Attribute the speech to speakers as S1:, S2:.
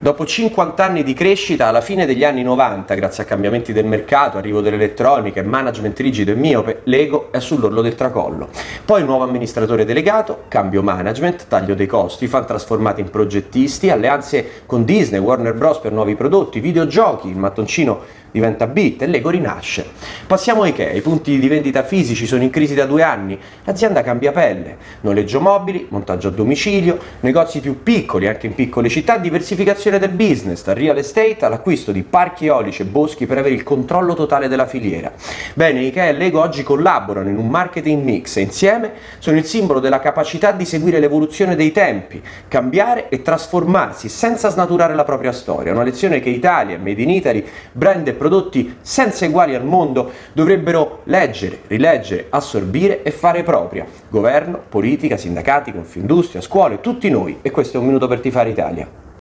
S1: Dopo 50 anni di crescita, alla fine degli anni 90, grazie a cambiamenti del mercato, arrivo dell'elettronica e management rigido e miope, Lego è sull'orlo del tracollo. Poi nuovo amministratore delegato, cambio management, taglio dei costi, fan trasformati in progettisti, alleanze con Disney, Warner Bros. Per nuovi prodotti, videogiochi, il mattoncino diventa Bit e Lego rinasce. Passiamo a Ikea, i punti di vendita fisici sono in crisi da 2 anni, l'azienda cambia pelle, noleggio mobili, montaggio a domicilio, negozi più piccoli anche in piccole città, diversificazione del business, dal real estate all'acquisto di parchi eolici e boschi per avere il controllo totale della filiera. Bene, Ikea e Lego oggi collaborano in un marketing mix e insieme sono il simbolo della capacità di seguire l'evoluzione dei tempi, cambiare e trasformarsi senza snaturare la propria storia, una lezione che Italia, Made in Italy, brand e prodotti senza eguali al mondo dovrebbero leggere, rileggere, assorbire e fare propria. Governo, politica, sindacati, Confindustria, scuole, tutti noi, e questo è un minuto per tifare Italia.